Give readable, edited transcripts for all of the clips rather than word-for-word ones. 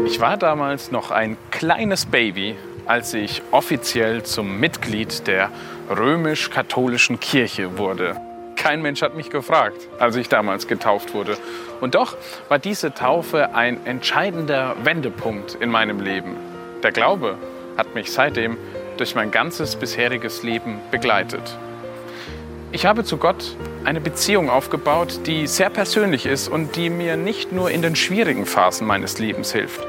Ich war damals noch ein kleines Baby, als ich offiziell zum Mitglied der römisch-katholischen Kirche wurde. Kein Mensch hat mich gefragt, als ich damals getauft wurde. Und doch war diese Taufe ein entscheidender Wendepunkt in meinem Leben. Der Glaube hat mich seitdem durch mein ganzes bisheriges Leben begleitet. Ich habe zu Gott eine Beziehung aufgebaut, die sehr persönlich ist und die mir nicht nur in den schwierigen Phasen meines Lebens hilft.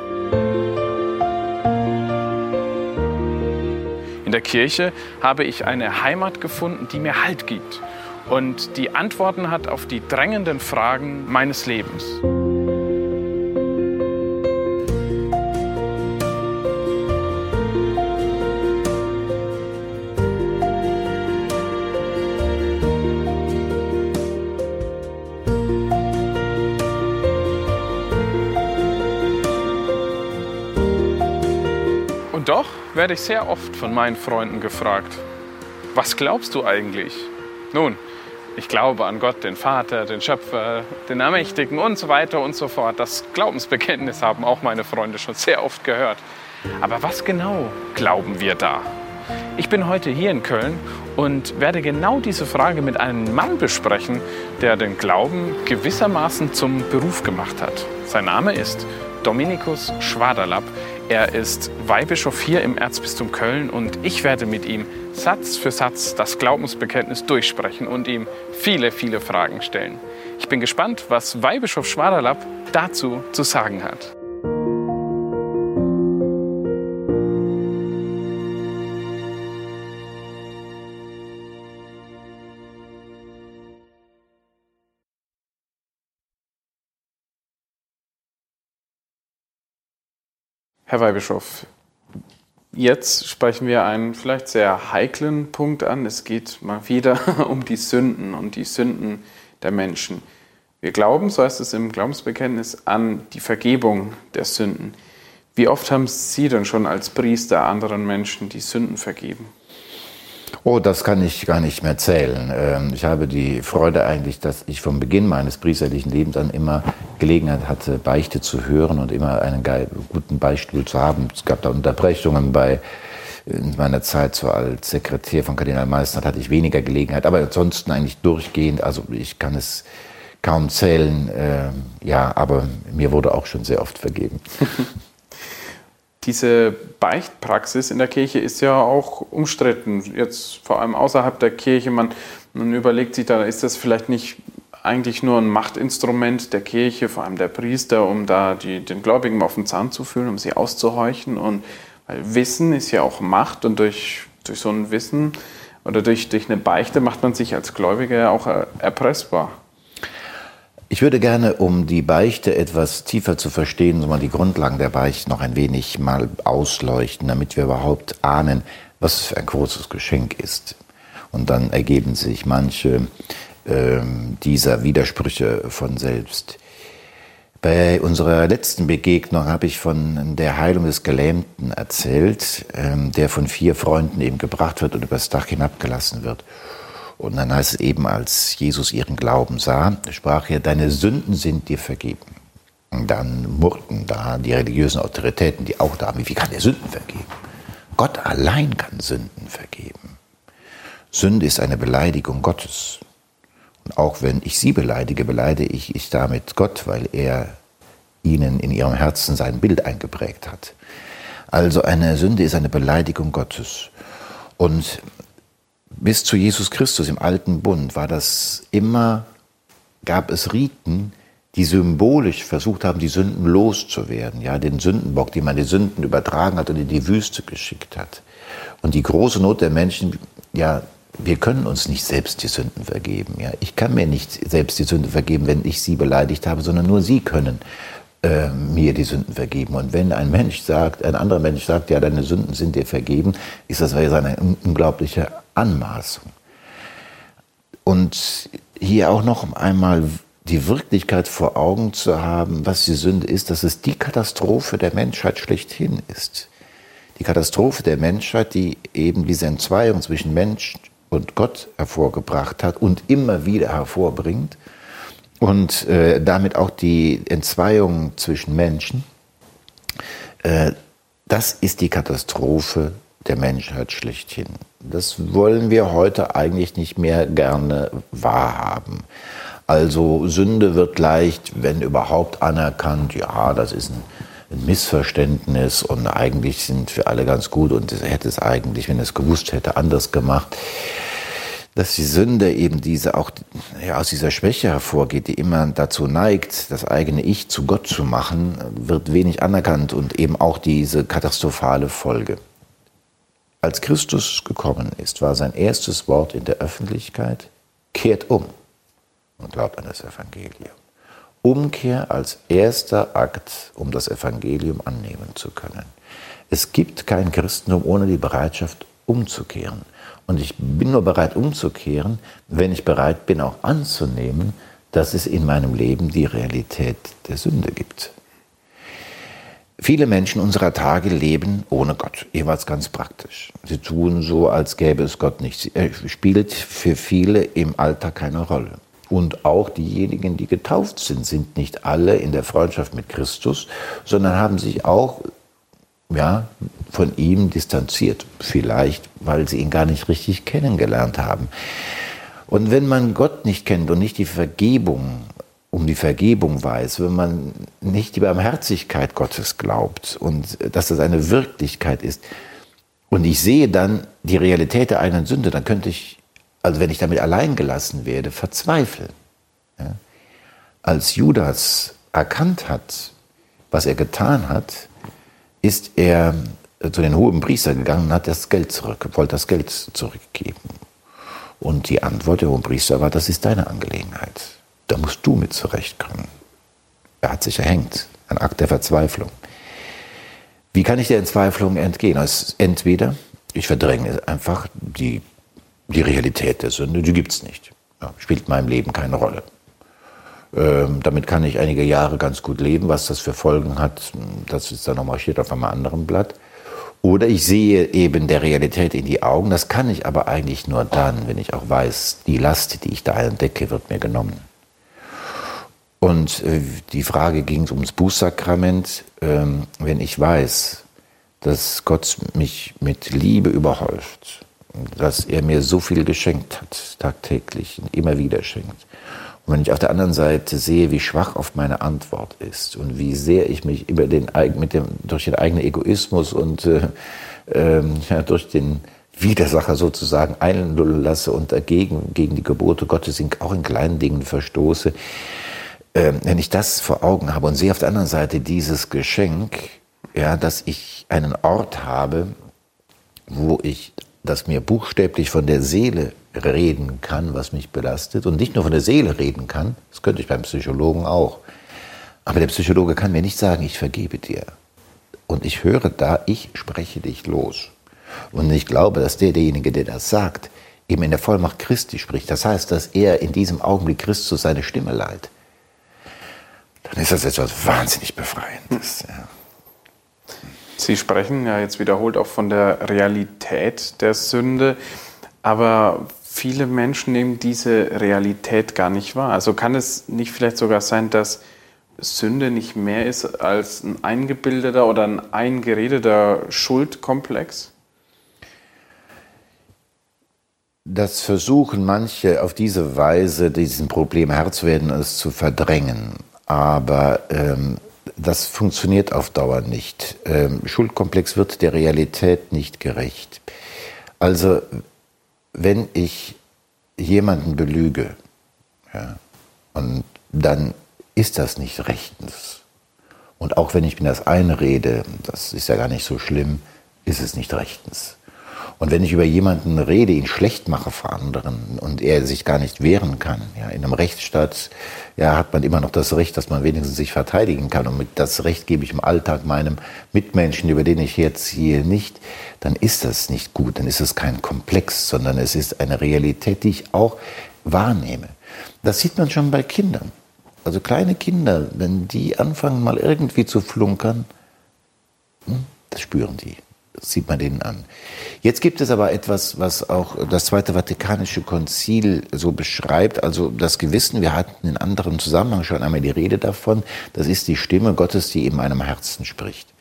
In der Kirche habe ich eine Heimat gefunden, die mir Halt gibt und die Antworten hat auf die drängenden Fragen meines Lebens. Und doch werde ich sehr oft von meinen Freunden gefragt, was glaubst du eigentlich? Nun, ich glaube an Gott, den Vater, den Schöpfer, den Allmächtigen und so weiter und so fort. Das Glaubensbekenntnis haben auch meine Freunde schon sehr oft gehört. Aber was genau glauben wir da? Ich bin heute hier in Köln und werde genau diese Frage mit einem Mann besprechen, der den Glauben gewissermaßen zum Beruf gemacht hat. Sein Name ist Dominikus Schwaderlapp. Er ist Weihbischof hier im Erzbistum Köln und ich werde mit ihm Satz für Satz das Glaubensbekenntnis durchsprechen und ihm viele, viele Fragen stellen. Ich bin gespannt, was Weihbischof Schwaderlapp dazu zu sagen hat. Herr Weihbischof, jetzt sprechen wir einen vielleicht sehr heiklen Punkt an. Es geht mal wieder um die Sünden und die Sünden der Menschen. Wir glauben, so heißt es im Glaubensbekenntnis, an die Vergebung der Sünden. Wie oft haben Sie denn schon als Priester anderen Menschen die Sünden vergeben? Oh, das kann ich gar nicht mehr zählen. Ich habe die Freude eigentlich, dass ich vom Beginn meines priesterlichen Lebens an immer Gelegenheit hatte, Beichte zu hören und immer einen guten Beichtstuhl zu haben. Es gab da Unterbrechungen in meiner Zeit so als Sekretär von Kardinal Meissner hatte ich weniger Gelegenheit, aber ansonsten eigentlich durchgehend. Also ich kann es kaum zählen, aber mir wurde auch schon sehr oft vergeben. Diese Beichtpraxis in der Kirche ist ja auch umstritten, jetzt vor allem außerhalb der Kirche. Man überlegt sich da, ist das vielleicht nicht eigentlich nur ein Machtinstrument der Kirche, vor allem der Priester, um da den Gläubigen auf den Zahn zu fühlen, um sie auszuhorchen. Und weil Wissen ist ja auch Macht und durch so ein Wissen oder durch eine Beichte macht man sich als Gläubiger ja auch erpressbar. Ich würde gerne, um die Beichte etwas tiefer zu verstehen, die Grundlagen der Beichte noch ein wenig mal ausleuchten, damit wir überhaupt ahnen, was es für ein großes Geschenk ist. Und dann ergeben sich manche dieser Widersprüche von selbst. Bei unserer letzten Begegnung habe ich von der Heilung des Gelähmten erzählt, der von 4 Freunden eben gebracht wird und übers Dach hinabgelassen wird. Und dann heißt es eben, als Jesus ihren Glauben sah, sprach er, deine Sünden sind dir vergeben. Und dann murrten da die religiösen Autoritäten, die auch da haben, wie kann der Sünden vergeben? Gott allein kann Sünden vergeben. Sünde ist eine Beleidigung Gottes. Und auch wenn ich sie beleidige, beleidige ich damit Gott, weil er ihnen in ihrem Herzen sein Bild eingeprägt hat. Also eine Sünde ist eine Beleidigung Gottes. Und bis zu Jesus Christus im Alten Bund gab es Riten, die symbolisch versucht haben, die Sünden loszuwerden. Ja, den Sündenbock, den man die Sünden übertragen hat und in die Wüste geschickt hat. Und die große Not der Menschen, ja, wir können uns nicht selbst die Sünden vergeben. Ja. Ich kann mir nicht selbst die Sünden vergeben, wenn ich sie beleidigt habe, sondern nur sie können mir die Sünden vergeben. Und wenn ein anderer Mensch sagt, ja, deine Sünden sind dir vergeben, ist das eine unglaubliche Anmaßung. Und hier auch noch einmal die Wirklichkeit vor Augen zu haben, was die Sünde ist, dass es die Katastrophe der Menschheit schlechthin ist. Die Katastrophe der Menschheit, die eben diese Entzweiung zwischen Mensch und Gott hervorgebracht hat und immer wieder hervorbringt. Und damit auch die Entzweiung zwischen Menschen, Das ist die Katastrophe der Menschheit schlechthin. Das wollen wir heute eigentlich nicht mehr gerne wahrhaben. Also Sünde wird leicht, wenn überhaupt, anerkannt, ja, das ist ein Missverständnis und eigentlich sind wir alle ganz gut und es hätte es eigentlich, wenn es gewusst hätte, anders gemacht. Dass die Sünde eben aus dieser Schwäche hervorgeht, die immer dazu neigt, das eigene Ich zu Gott zu machen, wird wenig anerkannt und eben auch diese katastrophale Folge. Als Christus gekommen ist, war sein erstes Wort in der Öffentlichkeit: kehrt um und glaubt an das Evangelium. Umkehr als erster Akt, um das Evangelium annehmen zu können. Es gibt kein Christentum ohne die Bereitschaft, umzukehren. Und ich bin nur bereit, umzukehren, wenn ich bereit bin, auch anzunehmen, dass es in meinem Leben die Realität der Sünde gibt. Viele Menschen unserer Tage leben ohne Gott, jeweils ganz praktisch. Sie tun so, als gäbe es Gott nicht. Er spielt für viele im Alltag keine Rolle. Und auch diejenigen, die getauft sind nicht alle in der Freundschaft mit Christus, sondern haben sich auch von ihm distanziert. Vielleicht, weil sie ihn gar nicht richtig kennengelernt haben. Und wenn man Gott nicht kennt und nicht um die Vergebung weiß, wenn man nicht die Barmherzigkeit Gottes glaubt und dass das eine Wirklichkeit ist, und ich sehe dann die Realität der eigenen Sünde, dann könnte ich, also wenn ich damit allein gelassen werde, verzweifeln. Ja? Als Judas erkannt hat, was er getan hat, ist er zu den Hohenpriestern gegangen und hat wollte das Geld zurückgeben. Und die Antwort der Hohenpriester war: Das ist deine Angelegenheit. Da musst du mit zurechtkommen. Er hat sich erhängt. Ein Akt der Verzweiflung. Wie kann ich der Entzweiflung entgehen? Also entweder ich verdränge einfach die Realität der Sünde, die gibt es nicht. Ja, spielt in meinem Leben keine Rolle. Damit kann ich einige Jahre ganz gut leben. Was das für Folgen hat, das ist dann nochmal, steht auf einem anderen Blatt. Oder ich sehe eben der Realität in die Augen. Das kann ich aber eigentlich nur dann, wenn ich auch weiß, die Last, die ich da entdecke, wird mir genommen. Und die Frage ging ums Bußsakrament. Wenn ich weiß, dass Gott mich mit Liebe überhäuft, dass er mir so viel geschenkt hat, tagtäglich und immer wieder schenkt. Und wenn ich auf der anderen Seite sehe, wie schwach oft meine Antwort ist und wie sehr ich mich durch den eigenen Egoismus und durch den Widersacher sozusagen einlullen lasse und gegen die Gebote Gottes auch in kleinen Dingen verstoße, wenn ich das vor Augen habe und sehe auf der anderen Seite dieses Geschenk, ja, dass ich einen Ort habe, wo ich das mir buchstäblich von der Seele reden kann, was mich belastet, und nicht nur von der Seele reden kann, das könnte ich beim Psychologen auch, aber der Psychologe kann mir nicht sagen, ich vergebe dir. Und ich höre da, ich spreche dich los. Und ich glaube, dass derjenige, der das sagt, eben in der Vollmacht Christi spricht. Das heißt, dass er in diesem Augenblick Christus seine Stimme leiht. Dann ist das etwas wahnsinnig Befreiendes. Ja. Sie sprechen ja jetzt wiederholt auch von der Realität der Sünde, aber viele Menschen nehmen diese Realität gar nicht wahr. Also kann es nicht vielleicht sogar sein, dass Sünde nicht mehr ist als ein eingebildeter oder ein eingeredeter Schuldkomplex? Das versuchen manche auf diese Weise, diesem Problem Herr zu werden, es zu verdrängen. Aber das funktioniert auf Dauer nicht. Schuldkomplex wird der Realität nicht gerecht. Also, wenn ich jemanden belüge, ja, und dann ist das nicht rechtens. Und auch wenn ich mir das einrede, das ist ja gar nicht so schlimm, ist es nicht rechtens. Und wenn ich über jemanden rede, ihn schlecht mache vor anderen und er sich gar nicht wehren kann, ja, in einem Rechtsstaat hat man immer noch das Recht, dass man wenigstens sich verteidigen kann. Und das Recht gebe ich im Alltag meinem Mitmenschen, über den ich jetzt hier nicht, dann ist das nicht gut, dann ist es kein Komplex, sondern es ist eine Realität, die ich auch wahrnehme. Das sieht man schon bei Kindern. Also kleine Kinder, wenn die anfangen mal irgendwie zu flunkern, das spüren die. Das sieht man denen an. Jetzt gibt es aber etwas, was auch das Zweite Vatikanische Konzil so beschreibt, also das Gewissen. Wir hatten in anderem Zusammenhang schon einmal die Rede davon. Das ist die Stimme Gottes, die in meinem Herzen spricht.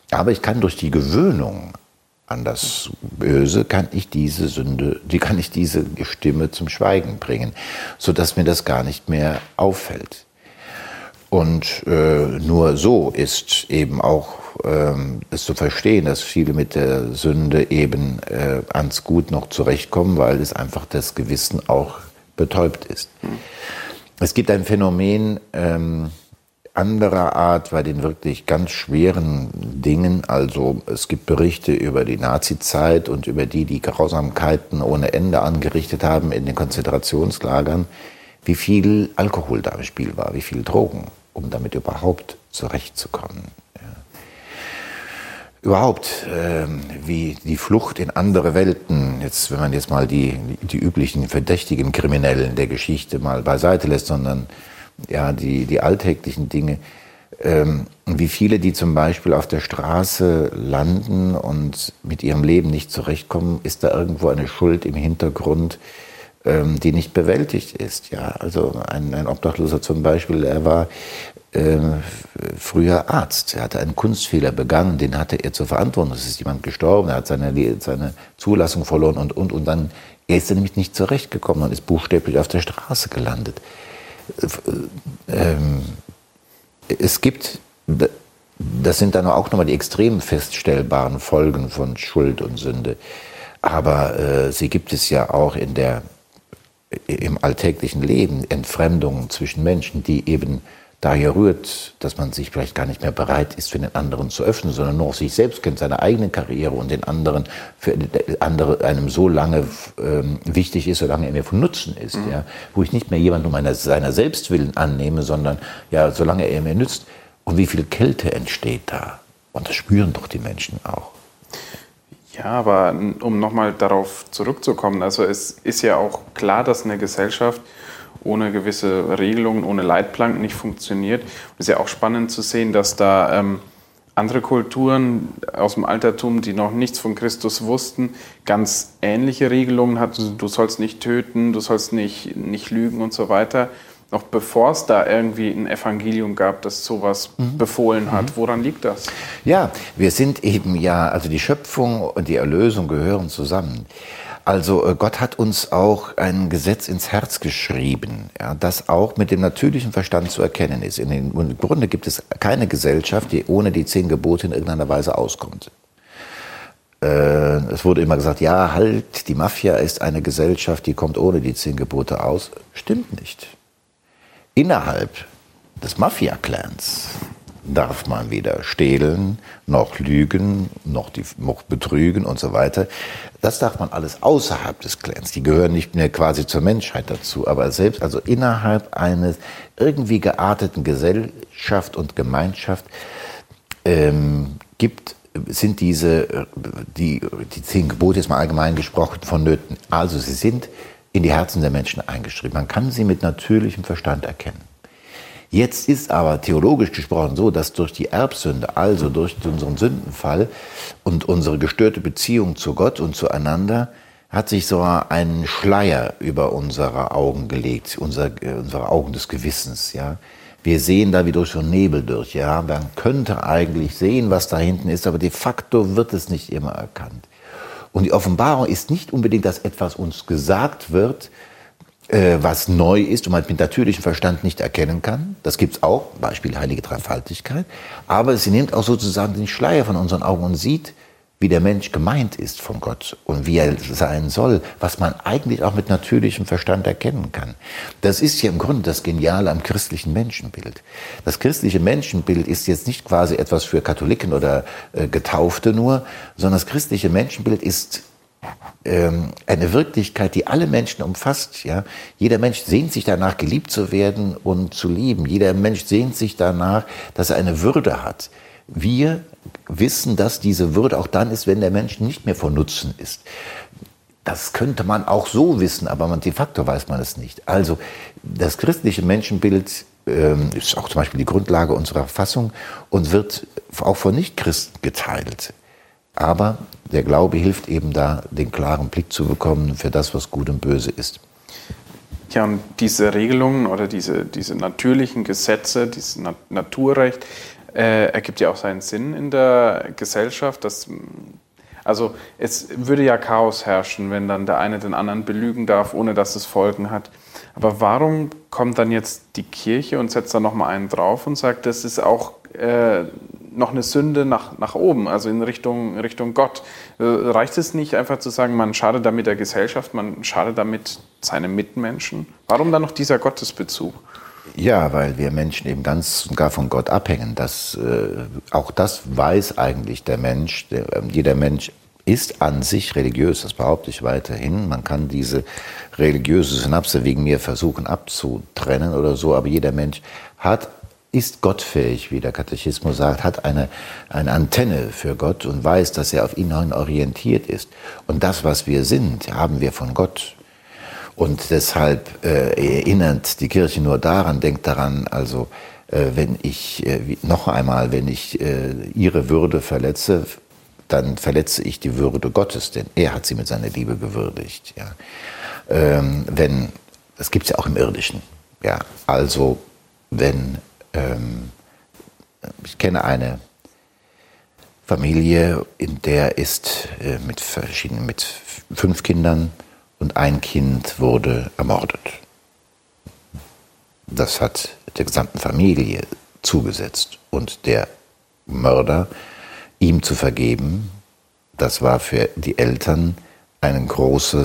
Aber ich kann durch die Gewöhnung an das Böse, kann ich diese Stimme zum Schweigen bringen, sodass mir das gar nicht mehr auffällt. Und nur so ist eben auch es zu verstehen, dass viele mit der Sünde eben ans Gut noch zurechtkommen, weil es einfach das Gewissen auch betäubt ist. Es gibt ein Phänomen anderer Art bei den wirklich ganz schweren Dingen. Also es gibt Berichte über die Nazizeit und über die Grausamkeiten ohne Ende angerichtet haben in den Konzentrationslagern, wie viel Alkohol da im Spiel war, wie viel Drogen, um damit überhaupt zurechtzukommen. Ja. Überhaupt, wie die Flucht in andere Welten, jetzt, wenn man jetzt mal die üblichen verdächtigen Kriminellen der Geschichte mal beiseite lässt, sondern ja, die alltäglichen Dinge, wie viele, die zum Beispiel auf der Straße landen und mit ihrem Leben nicht zurechtkommen, ist da irgendwo eine Schuld im Hintergrund, die nicht bewältigt ist. Ja, also ein Obdachloser zum Beispiel, er war früher Arzt. Er hatte einen Kunstfehler begangen, den hatte er zu verantworten. Es ist jemand gestorben, er hat seine Zulassung verloren und dann ist er nämlich nicht zurechtgekommen und ist buchstäblich auf der Straße gelandet. Es gibt, das sind dann auch nochmal die extrem feststellbaren Folgen von Schuld und Sünde, aber sie gibt es ja auch im alltäglichen Leben, Entfremdungen zwischen Menschen, die eben daher rührt, dass man sich vielleicht gar nicht mehr bereit ist, für den anderen zu öffnen, sondern nur sich selbst kennt, seine eigene Karriere und den anderen, für andere einem so lange wichtig ist, solange er mir von Nutzen ist. Ja? Wo ich nicht mehr jemanden um seiner Selbstwillen annehme, sondern ja, solange er mir nützt. Und wie viel Kälte entsteht da? Und das spüren doch die Menschen auch. Ja, aber um nochmal darauf zurückzukommen, also es ist ja auch klar, dass eine Gesellschaft ohne gewisse Regelungen, ohne Leitplanken nicht funktioniert. Es ist ja auch spannend zu sehen, dass da andere Kulturen aus dem Altertum, die noch nichts von Christus wussten, ganz ähnliche Regelungen hatten. Du sollst nicht töten, du sollst nicht lügen und so weiter. Noch bevor es da irgendwie ein Evangelium gab, das sowas befohlen hat. Woran liegt das? Ja, wir sind eben also die Schöpfung und die Erlösung gehören zusammen. Also Gott hat uns auch ein Gesetz ins Herz geschrieben, ja, das auch mit dem natürlichen Verstand zu erkennen ist. Im Grunde gibt es keine Gesellschaft, die ohne die 10 Gebote in irgendeiner Weise auskommt. Es wurde immer gesagt, ja, halt, die Mafia ist eine Gesellschaft, die kommt ohne die 10 Gebote aus. Stimmt nicht. Innerhalb des Mafia-Clans darf man weder stehlen, noch lügen, noch betrügen und so weiter. Das darf man alles außerhalb des Clans. Die gehören nicht mehr quasi zur Menschheit dazu. Aber selbst also innerhalb eines irgendwie gearteten Gesellschaft und Gemeinschaft sind die 10 Gebote, jetzt mal allgemein gesprochen, vonnöten. Also sie sind in die Herzen der Menschen eingeschrieben. Man kann sie mit natürlichem Verstand erkennen. Jetzt ist aber theologisch gesprochen so, dass durch die Erbsünde, also durch unseren Sündenfall und unsere gestörte Beziehung zu Gott und zueinander, hat sich so ein Schleier über unsere Augen gelegt, unsere Augen des Gewissens. Ja. Wir sehen da wie durch so einen Nebel durch. Ja. Man könnte eigentlich sehen, was da hinten ist, aber de facto wird es nicht immer erkannt. Und die Offenbarung ist nicht unbedingt, dass etwas uns gesagt wird, was neu ist und man mit natürlichem Verstand nicht erkennen kann. Das gibt es auch, Beispiel Heilige Dreifaltigkeit. Aber sie nimmt auch sozusagen den Schleier von unseren Augen und sieht, wie der Mensch gemeint ist von Gott und wie er sein soll, was man eigentlich auch mit natürlichem Verstand erkennen kann. Das ist ja im Grunde das Geniale am christlichen Menschenbild. Das christliche Menschenbild ist jetzt nicht quasi etwas für Katholiken oder Getaufte nur, sondern das christliche Menschenbild ist eine Wirklichkeit, die alle Menschen umfasst. Ja? Jeder Mensch sehnt sich danach, geliebt zu werden und zu lieben. Jeder Mensch sehnt sich danach, dass er eine Würde hat. Wir wissen, dass diese Würde auch dann ist, wenn der Mensch nicht mehr von Nutzen ist. Das könnte man auch so wissen, aber de facto weiß man es nicht. Also das christliche Menschenbild ist auch zum Beispiel die Grundlage unserer Verfassung und wird auch von Nichtchristen geteilt. Aber der Glaube hilft eben da, den klaren Blick zu bekommen für das, was gut und böse ist. Ja, und diese Regelungen oder diese natürlichen Gesetze, dieses Naturrecht, ergibt ja auch seinen Sinn in der Gesellschaft. Also es würde ja Chaos herrschen, wenn dann der eine den anderen belügen darf, ohne dass es Folgen hat. Aber warum kommt dann jetzt die Kirche und setzt da nochmal einen drauf und sagt, das ist auch noch eine Sünde nach oben, also in Richtung Gott? Reicht es nicht einfach zu sagen, man schadet damit der Gesellschaft, man schadet damit seinen Mitmenschen? Warum dann noch dieser Gottesbezug? Ja, weil wir Menschen eben ganz und gar von Gott abhängen. Auch das weiß eigentlich der Mensch. Jeder Mensch ist an sich religiös, das behaupte ich weiterhin. Man kann diese religiöse Synapse wegen mir versuchen abzutrennen oder so, aber jeder Mensch ist gottfähig, wie der Katechismus sagt, hat eine Antenne für Gott und weiß, dass er auf ihn orientiert ist. Und das, was wir sind, haben wir von Gott. Und deshalb erinnert die Kirche nur daran, denkt daran, also wenn ich ihre Würde verletze, dann verletze ich die Würde Gottes, denn er hat sie mit seiner Liebe gewürdigt. Ja. Das gibt es ja auch im Irdischen. Ja. Also ich kenne eine Familie, in der ist mit 5 Kindern und ein Kind wurde ermordet. Das hat der gesamten Familie zugesetzt. Und der Mörder, ihm zu vergeben, das war für die Eltern also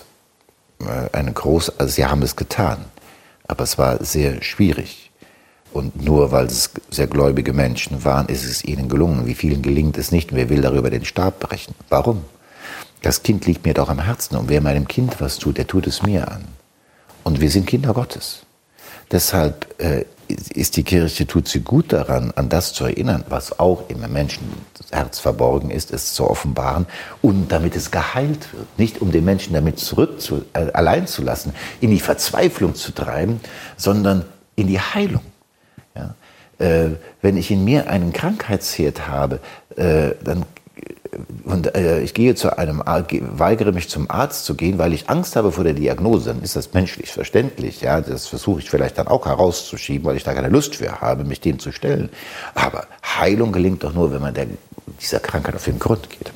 sie haben es getan, aber es war sehr schwierig. Und nur weil es sehr gläubige Menschen waren, ist es ihnen gelungen. Wie vielen gelingt es nicht? Und wer will darüber den Stab brechen? Warum? Das Kind liegt mir doch am Herzen. Und wer meinem Kind was tut, der tut es mir an. Und wir sind Kinder Gottes. Deshalb ist die Kirche, tut sie gut daran, an das zu erinnern, was auch im Menschenherz verborgen ist, es zu offenbaren und damit es geheilt wird. Nicht um den Menschen damit allein zu lassen, in die Verzweiflung zu treiben, sondern in die Heilung. Ja? Wenn ich in mir einen Krankheitsherd habe, ich weigere mich zum Arzt zu gehen, weil ich Angst habe vor der Diagnose, dann ist das menschlich verständlich. Ja? Das versuche ich vielleicht dann auch herauszuschieben, weil ich da keine Lust für habe, mich dem zu stellen. Aber Heilung gelingt doch nur, wenn man dieser Krankheit auf den Grund geht.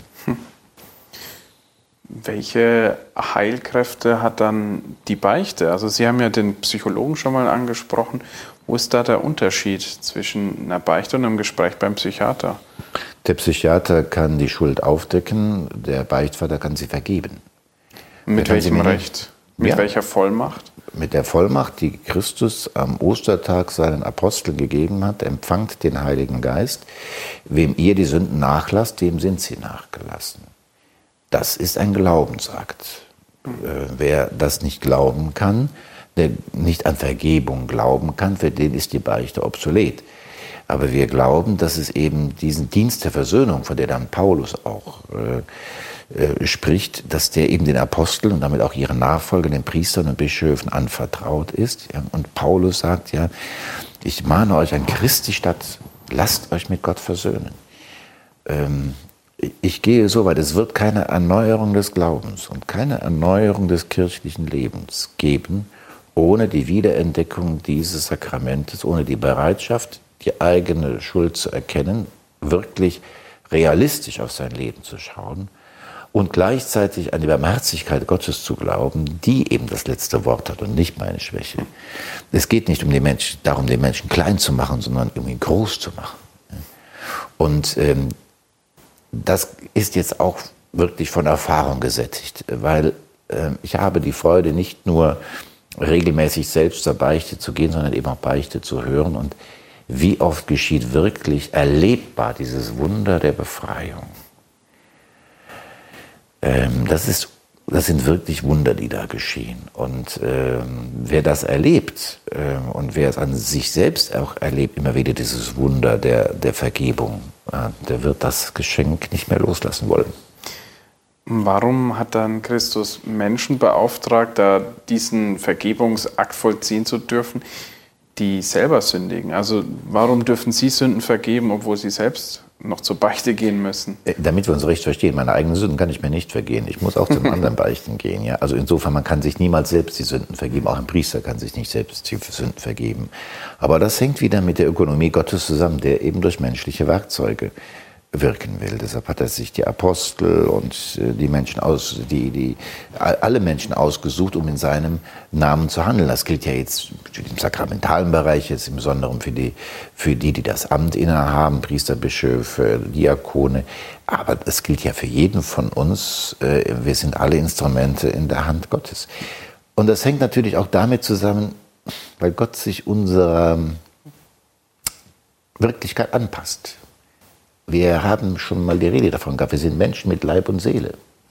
Welche Heilkräfte hat dann die Beichte? Also Sie haben ja den Psychologen schon mal angesprochen. Wo ist da der Unterschied zwischen einer Beichte und einem Gespräch beim Psychiater? Der Psychiater kann die Schuld aufdecken, der Beichtvater kann sie vergeben. Mit welchem Recht? Mit welcher Vollmacht? Mit der Vollmacht, die Christus am Ostertag seinen Aposteln gegeben hat, empfangt den Heiligen Geist. Wem ihr die Sünden nachlasst, dem sind sie nachgelassen. Das ist ein Glaubensakt. Wer das nicht glauben kann, der nicht an Vergebung glauben kann, für den ist die Beichte obsolet. Aber wir glauben, dass es eben diesen Dienst der Versöhnung, von der dann Paulus auch spricht, dass der eben den Aposteln und damit auch ihren Nachfolgern, den Priestern und Bischöfen anvertraut ist. Ja, und Paulus sagt ja, ich mahne euch an Christi statt, lasst euch mit Gott versöhnen. Ich gehe so weit, es wird keine Erneuerung des Glaubens und keine Erneuerung des kirchlichen Lebens geben, ohne die Wiederentdeckung dieses Sakramentes, ohne die Bereitschaft, die eigene Schuld zu erkennen, wirklich realistisch auf sein Leben zu schauen und gleichzeitig an die Barmherzigkeit Gottes zu glauben, die eben das letzte Wort hat und nicht meine Schwäche. Es geht nicht darum, den Menschen klein zu machen, sondern um ihn groß zu machen. Und das ist jetzt auch wirklich von Erfahrung gesättigt, weil ich habe die Freude, nicht nur regelmäßig selbst zur Beichte zu gehen, sondern eben auch Beichte zu hören. Und wie oft geschieht wirklich erlebbar dieses Wunder der Befreiung? Das sind wirklich Wunder, die da geschehen. Und wer das erlebt und wer es an sich selbst auch erlebt, immer wieder dieses Wunder der Vergebung, der wird das Geschenk nicht mehr loslassen wollen. Warum hat dann Christus Menschen beauftragt, da diesen Vergebungsakt vollziehen zu dürfen, die selber sündigen? Also warum dürfen sie Sünden vergeben, obwohl sie selbst noch zur Beichte gehen müssen? Damit wir uns recht verstehen, meine eigenen Sünden kann ich mir nicht vergehen. Ich muss auch zum anderen beichten gehen. Ja? Also insofern, man kann sich niemals selbst die Sünden vergeben. Auch ein Priester kann sich nicht selbst die Sünden vergeben. Aber das hängt wieder mit der Ökonomie Gottes zusammen, der eben durch menschliche Werkzeuge wirken will. Deshalb hat er sich die Apostel und die Menschen alle Menschen ausgesucht, um in seinem Namen zu handeln. Das gilt ja jetzt im sakramentalen Bereich, jetzt im Besonderen für die das Amt innehaben, Priester, Bischöfe, Diakone. Aber das gilt ja für jeden von uns. Wir sind alle Instrumente in der Hand Gottes. Und das hängt natürlich auch damit zusammen, weil Gott sich unserer Wirklichkeit anpasst. Wir haben schon mal die Rede davon gehabt, wir sind Menschen mit Leib und Seele.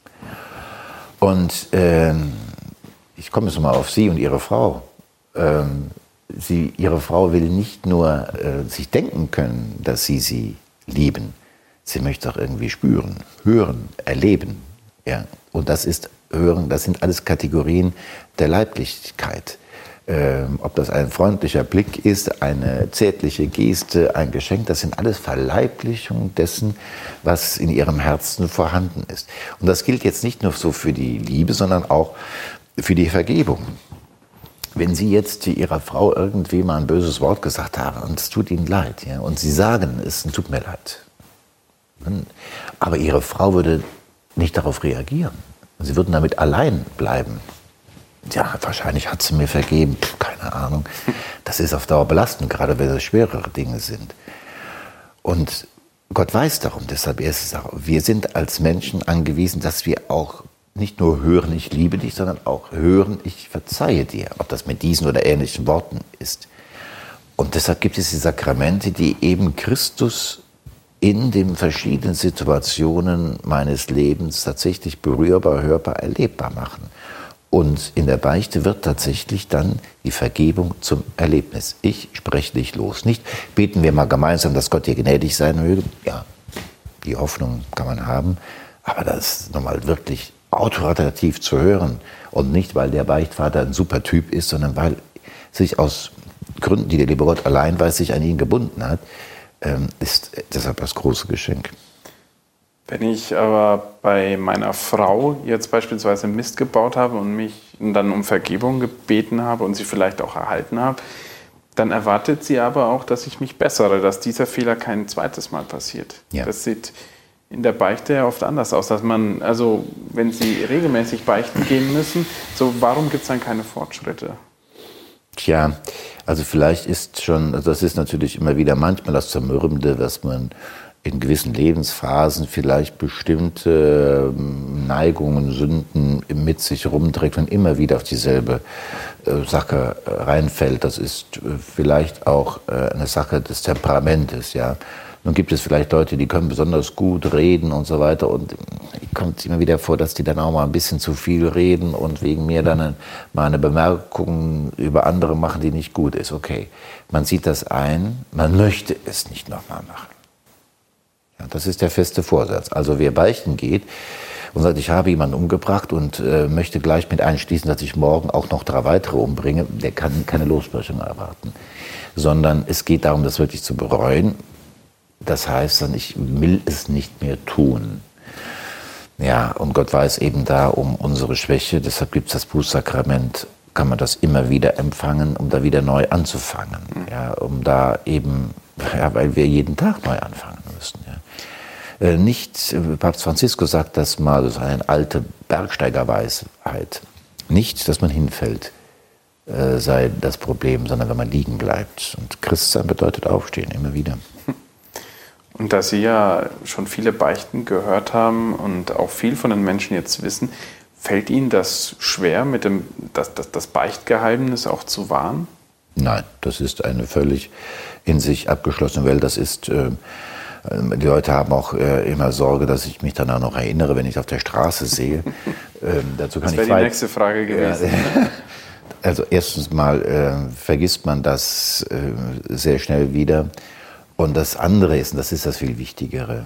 Und ich komme jetzt mal auf Sie und Ihre Frau. Ihre Frau will nicht nur sich denken können, dass Sie lieben. Sie möchte auch irgendwie spüren, hören, erleben. Ja? Und das ist Hören, das sind alles Kategorien der Leiblichkeit. Ob das ein freundlicher Blick ist, eine zärtliche Geste, ein Geschenk, das sind alles Verleiblichungen dessen, was in ihrem Herzen vorhanden ist. Und das gilt jetzt nicht nur so für die Liebe, sondern auch für die Vergebung. Wenn Sie jetzt Ihrer Frau irgendwie mal ein böses Wort gesagt haben und es tut Ihnen leid, ja, und Sie sagen, es tut mir leid, aber Ihre Frau würde nicht darauf reagieren. Sie würden damit allein bleiben. Ja, wahrscheinlich hat sie mir vergeben, keine Ahnung. Das ist auf Dauer belastend, gerade wenn es schwerere Dinge sind. Und Gott weiß darum, deshalb wir sind als Menschen angewiesen, dass wir auch nicht nur hören, ich liebe dich, sondern auch hören, ich verzeihe dir, ob das mit diesen oder ähnlichen Worten ist. Und deshalb gibt es die Sakramente, die eben Christus in den verschiedenen Situationen meines Lebens tatsächlich berührbar, hörbar, erlebbar machen. Und in der Beichte wird tatsächlich dann die Vergebung zum Erlebnis. Ich spreche dich los. Nicht beten wir mal gemeinsam, dass Gott dir gnädig sein möge. Ja, die Hoffnung kann man haben. Aber das nochmal wirklich autoritativ zu hören. Und nicht, weil der Beichtvater ein super Typ ist, sondern weil sich aus Gründen, die der liebe Gott allein weiß, sich an ihn gebunden hat, ist deshalb das große Geschenk. Wenn ich aber bei meiner Frau jetzt beispielsweise Mist gebaut habe und mich dann um Vergebung gebeten habe und sie vielleicht auch erhalten habe, dann erwartet sie aber auch, dass ich mich bessere, dass dieser Fehler kein zweites Mal passiert. Ja. Das sieht in der Beichte ja oft anders aus, dass man, also wenn Sie regelmäßig beichten gehen müssen, so warum gibt es dann keine Fortschritte? Tja, also vielleicht ist schon, also das ist natürlich immer wieder manchmal das Zermürbende, dass man in gewissen Lebensphasen vielleicht bestimmte Neigungen, Sünden mit sich rumträgt und immer wieder auf dieselbe Sache reinfällt. Das ist vielleicht auch eine Sache des Temperamentes, ja. Nun gibt es vielleicht Leute, die können besonders gut reden und so weiter und kommt immer wieder vor, dass die dann auch mal ein bisschen zu viel reden und wegen mir dann mal eine Bemerkung über andere machen, die nicht gut ist. Okay, man sieht das ein, man möchte es nicht nochmal machen. Ja, das ist der feste Vorsatz. Also wer beichten geht und sagt, ich habe jemanden umgebracht und möchte gleich mit einschließen, dass ich morgen auch noch 3 weitere umbringe, der kann keine Losbrechung erwarten. Sondern es geht darum, das wirklich zu bereuen. Das heißt dann, ich will es nicht mehr tun. Ja, und Gott weiß eben da um unsere Schwäche, deshalb gibt es das Bußsakrament, kann man das immer wieder empfangen, um da wieder neu anzufangen. Ja, um da eben, ja, weil wir jeden Tag neu anfangen müssen. Ja. Nicht, Papst Franziskus sagt das mal, das ist eine alte Bergsteigerweisheit, nicht, dass man hinfällt, sei das Problem, sondern wenn man liegen bleibt. Und Christsein bedeutet aufstehen, immer wieder. Und da Sie ja schon viele Beichten gehört haben und auch viel von den Menschen jetzt wissen, fällt Ihnen das schwer, das Beichtgeheimnis auch zu wahren? Nein, das ist eine völlig in sich abgeschlossene Welt. Das ist, die Leute haben auch immer Sorge, dass ich mich danach noch erinnere, wenn ich auf der Straße sehe. Dazu kann das wäre die nächste Frage gewesen. Also erstens mal vergisst man das sehr schnell wieder. Und das andere ist, und das ist das viel Wichtigere,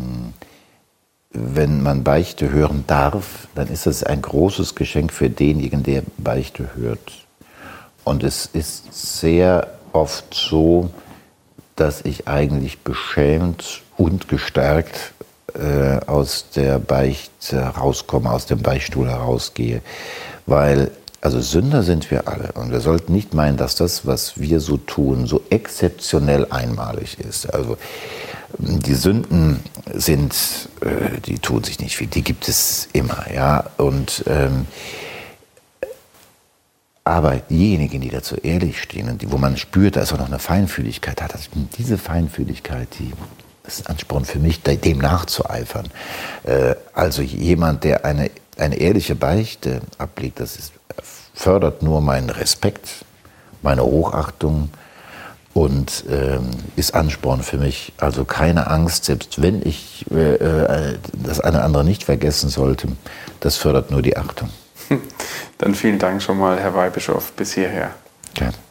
wenn man Beichte hören darf, dann ist das ein großes Geschenk für denjenigen, der Beichte hört. Und es ist sehr oft so, dass ich eigentlich beschämt und gestärkt aus der Beichte rauskomme, aus dem Beichtstuhl herausgehe. Weil, also Sünder sind wir alle. Und wir sollten nicht meinen, dass das, was wir so tun, so exzeptionell einmalig ist. Also die Sünden sind, die tun sich nicht viel, die gibt es immer. Ja? Und aber diejenigen, die dazu ehrlich stehen und wo man spürt, dass er noch eine Feinfühligkeit hat, also diese Feinfühligkeit, das ist ein Ansporn für mich, dem nachzueifern. Also jemand, der eine ehrliche Beichte ablegt, fördert nur meinen Respekt, meine Hochachtung und ist Ansporn für mich. Also keine Angst, selbst wenn ich das eine oder andere nicht vergessen sollte, das fördert nur die Achtung. Dann vielen Dank schon mal, Herr Weihbischof, bis hierher. Gerne.